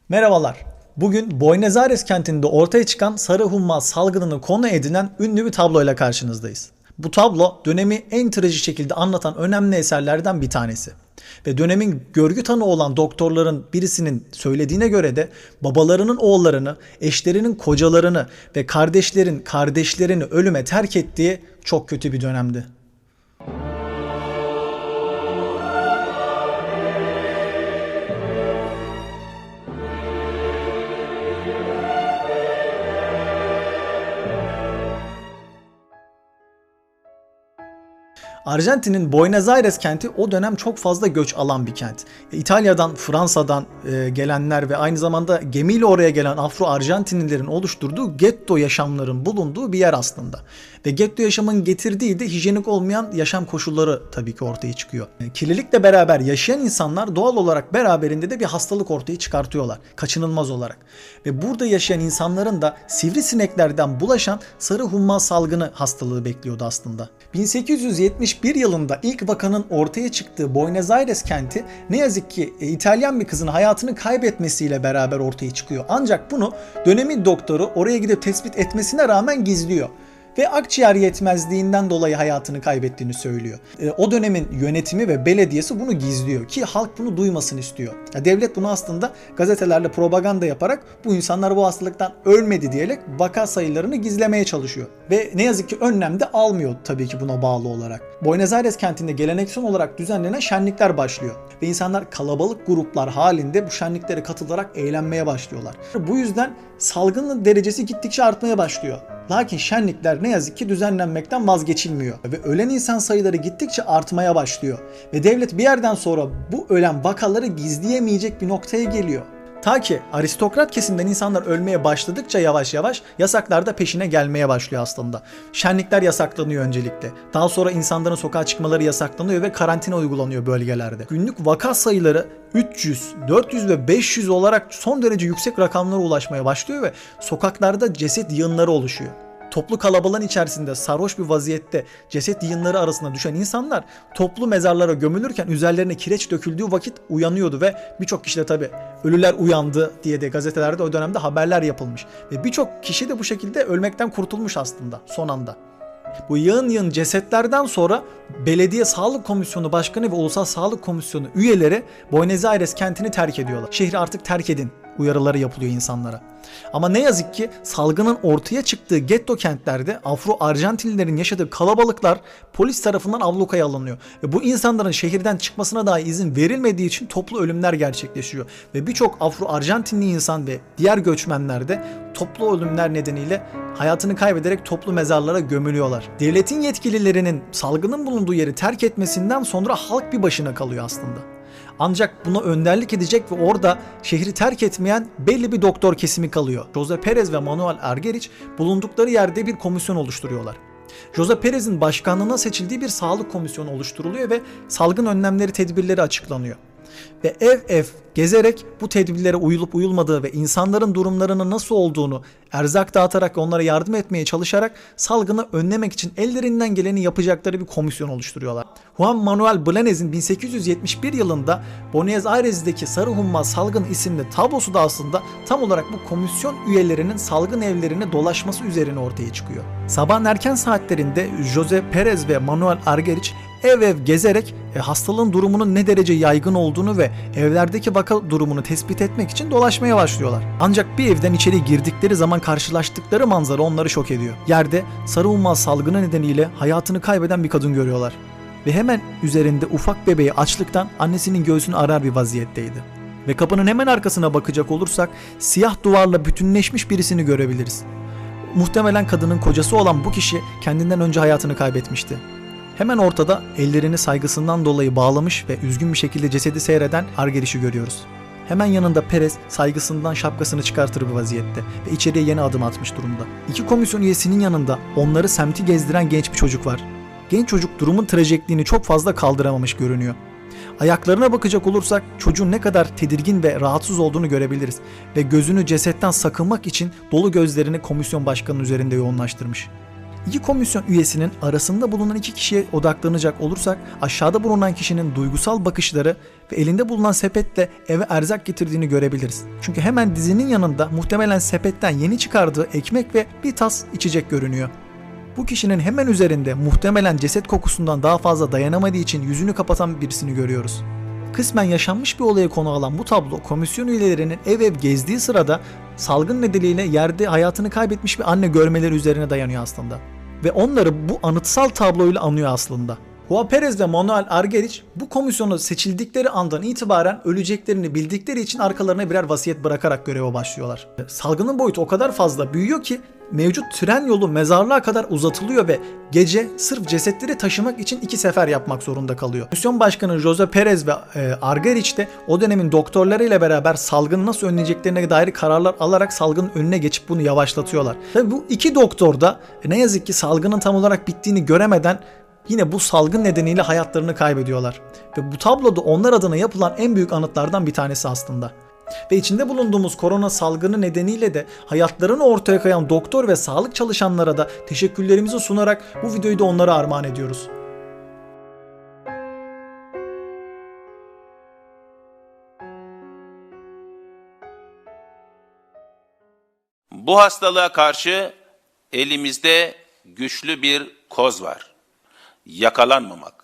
Merhabalar. Bugün Buenos Aires kentinde ortaya çıkan sarı humma salgınını konu edinen ünlü bir tabloyla karşınızdayız. Bu tablo dönemi en trajik şekilde anlatan önemli eserlerden bir tanesi. Ve dönemin görgü tanığı olan doktorların birisinin söylediğine göre de babalarının oğullarını, eşlerinin kocalarını ve kardeşlerin kardeşlerini ölüme terk ettiği çok kötü bir dönemdi. Arjantin'in Buenos Aires kenti o dönem çok fazla göç alan bir kent. İtalya'dan, Fransa'dan gelenler ve aynı zamanda gemiyle oraya gelen Afro-Arjantinlilerin oluşturduğu getto yaşamların bulunduğu bir yer aslında. Ve getto yaşamın getirdiği de hijyenik olmayan yaşam koşulları tabii ki ortaya çıkıyor. Kirlilikle beraber yaşayan insanlar doğal olarak beraberinde de bir hastalık ortaya çıkartıyorlar. Kaçınılmaz olarak. Ve burada yaşayan insanların da sivrisineklerden bulaşan sarı humma salgını hastalığı bekliyordu aslında. 1871 yılında ilk vakanın ortaya çıktığı Buenos Aires kenti ne yazık ki İtalyan bir kızın hayatını kaybetmesiyle beraber ortaya çıkıyor. Ancak bunu dönemin doktoru oraya gidip tespit etmesine rağmen gizliyor. Ve akciğer yetmezliğinden dolayı hayatını kaybettiğini söylüyor. O dönemin yönetimi ve belediyesi bunu gizliyor ki halk bunu duymasını istiyor. Devlet bunu aslında gazetelerle propaganda yaparak bu insanlar bu hastalıktan ölmedi diyerek vaka sayılarını gizlemeye çalışıyor. Ve ne yazık ki önlem de almıyor tabii ki buna bağlı olarak. Buenos Aires kentinde geleneksel olarak düzenlenen şenlikler başlıyor. Ve insanlar kalabalık gruplar halinde bu şenliklere katılarak eğlenmeye başlıyorlar. Bu yüzden salgının derecesi gittikçe artmaya başlıyor. Lakin şenlikler ne yazık ki düzenlenmekten vazgeçilmiyor ve ölen insan sayıları gittikçe artmaya başlıyor ve devlet bir yerden sonra bu ölen vakaları gizleyemeyecek bir noktaya geliyor. Ta ki aristokrat kesimden insanlar ölmeye başladıkça yavaş yavaş yasaklar da peşine gelmeye başlıyor aslında. Şenlikler yasaklanıyor öncelikle. Daha sonra insanların sokağa çıkmaları yasaklanıyor ve karantina uygulanıyor bölgelerde. Günlük vaka sayıları 300, 400 ve 500 olarak son derece yüksek rakamlara ulaşmaya başlıyor ve sokaklarda ceset yığınları oluşuyor. Toplu kalabalığın içerisinde sarhoş bir vaziyette ceset yığınları arasında düşen insanlar toplu mezarlara gömülürken üzerlerine kireç döküldüğü vakit uyanıyordu ve birçok kişi de tabii ölüler uyandı diye de gazetelerde o dönemde haberler yapılmış. Ve birçok kişi de bu şekilde ölmekten kurtulmuş aslında son anda. Bu yığın cesetlerden sonra Belediye Sağlık Komisyonu Başkanı ve Ulusal Sağlık Komisyonu üyeleri Buenos Aires kentini terk ediyorlar. Şehri artık terk edin uyarıları yapılıyor insanlara. Ama ne yazık ki salgının ortaya çıktığı getto kentlerde Afro-Arjantinlilerin yaşadığı kalabalıklar polis tarafından ablukaya alınıyor. Ve bu insanların şehirden çıkmasına dahi izin verilmediği için toplu ölümler gerçekleşiyor. Ve birçok Afro-Arjantinli insan ve diğer göçmenler de toplu ölümler nedeniyle hayatını kaybederek toplu mezarlara gömülüyorlar. Devletin yetkililerinin salgının bulunduğu yeri terk etmesinden sonra halk bir başına kalıyor aslında. Ancak buna önderlik edecek ve orada şehri terk etmeyen belli bir doktor kesimi kalıyor. Jose Perez ve Manuel Argerich bulundukları yerde bir komisyon oluşturuyorlar. Jose Perez'in başkanlığına seçildiği bir sağlık komisyonu oluşturuluyor ve salgın önlemleri tedbirleri açıklanıyor. Ve ev ev gezerek bu tedbirlere uyulup uyulmadığı ve insanların durumlarının nasıl olduğunu erzak dağıtarak onlara yardım etmeye çalışarak salgını önlemek için ellerinden geleni yapacakları bir komisyon oluşturuyorlar. Juan Manuel Blanes'in 1871 yılında Buenos Aires'deki Sarı Humma Salgın isimli tablosu da aslında tam olarak bu komisyon üyelerinin salgın evlerine dolaşması üzerine ortaya çıkıyor. Sabahın erken saatlerinde Jose Perez ve Manuel Argerich ev ev gezerek hastalığın durumunun ne derece yaygın olduğunu ve evlerdeki vaka durumunu tespit etmek için dolaşmaya başlıyorlar. Ancak bir evden içeri girdikleri zaman karşılaştıkları manzara onları şok ediyor. Yerde sarı humma salgını nedeniyle hayatını kaybeden bir kadın görüyorlar. Ve hemen üzerinde ufak bebeği açlıktan annesinin göğsünü arar bir vaziyetteydi. Ve kapının hemen arkasına bakacak olursak siyah duvarla bütünleşmiş birisini görebiliriz. Muhtemelen kadının kocası olan bu kişi kendinden önce hayatını kaybetmişti. Hemen ortada ellerini saygısından dolayı bağlamış ve üzgün bir şekilde cesedi seyreden Argerich'i görüyoruz. Hemen yanında Perez saygısından şapkasını çıkartır bir vaziyette ve içeriye yeni adım atmış durumda. İki komisyon üyesinin yanında onları semti gezdiren genç bir çocuk var. Genç çocuk durumun trajikliğini çok fazla kaldıramamış görünüyor. Ayaklarına bakacak olursak çocuğun ne kadar tedirgin ve rahatsız olduğunu görebiliriz ve gözünü cesetten sakınmak için dolu gözlerini komisyon başkanının üzerinde yoğunlaştırmış. İki komisyon üyesinin arasında bulunan iki kişiye odaklanacak olursak aşağıda bulunan kişinin duygusal bakışları ve elinde bulunan sepetle eve erzak getirdiğini görebiliriz. Çünkü hemen dizinin yanında muhtemelen sepetten yeni çıkardığı ekmek ve bir tas içecek görünüyor. Bu kişinin hemen üzerinde muhtemelen ceset kokusundan daha fazla dayanamadığı için yüzünü kapatan birisini görüyoruz. Kısmen yaşanmış bir olaya konu alan bu tablo komisyon üyelerinin ev ev gezdiği sırada salgın nedeniyle yerde hayatını kaybetmiş bir anne görmeleri üzerine dayanıyor aslında. Ve onları bu anıtsal tabloyla anıyor aslında. Joao Perez ve Manuel Argerich bu komisyonu seçildikleri andan itibaren öleceklerini bildikleri için arkalarına birer vasiyet bırakarak göreve başlıyorlar. Salgının boyutu o kadar fazla büyüyor ki mevcut tren yolu mezarlığa kadar uzatılıyor ve gece sırf cesetleri taşımak için 2 sefer yapmak zorunda kalıyor. Komisyon Başkanı Jose Perez ve Argerich de o dönemin doktorlarıyla beraber salgını nasıl önleyeceklerine dair kararlar alarak salgının önüne geçip bunu yavaşlatıyorlar. Ve bu iki doktor da ne yazık ki salgının tam olarak bittiğini göremeden yine bu salgın nedeniyle hayatlarını kaybediyorlar. Ve bu tabloda onlar adına yapılan en büyük anıtlardan bir tanesi aslında. Ve içinde bulunduğumuz korona salgını nedeniyle de hayatlarını ortaya koyan doktor ve sağlık çalışanlara da teşekkürlerimizi sunarak bu videoyu da onlara armağan ediyoruz. Bu hastalığa karşı elimizde güçlü bir koz var. Yakalanmamak.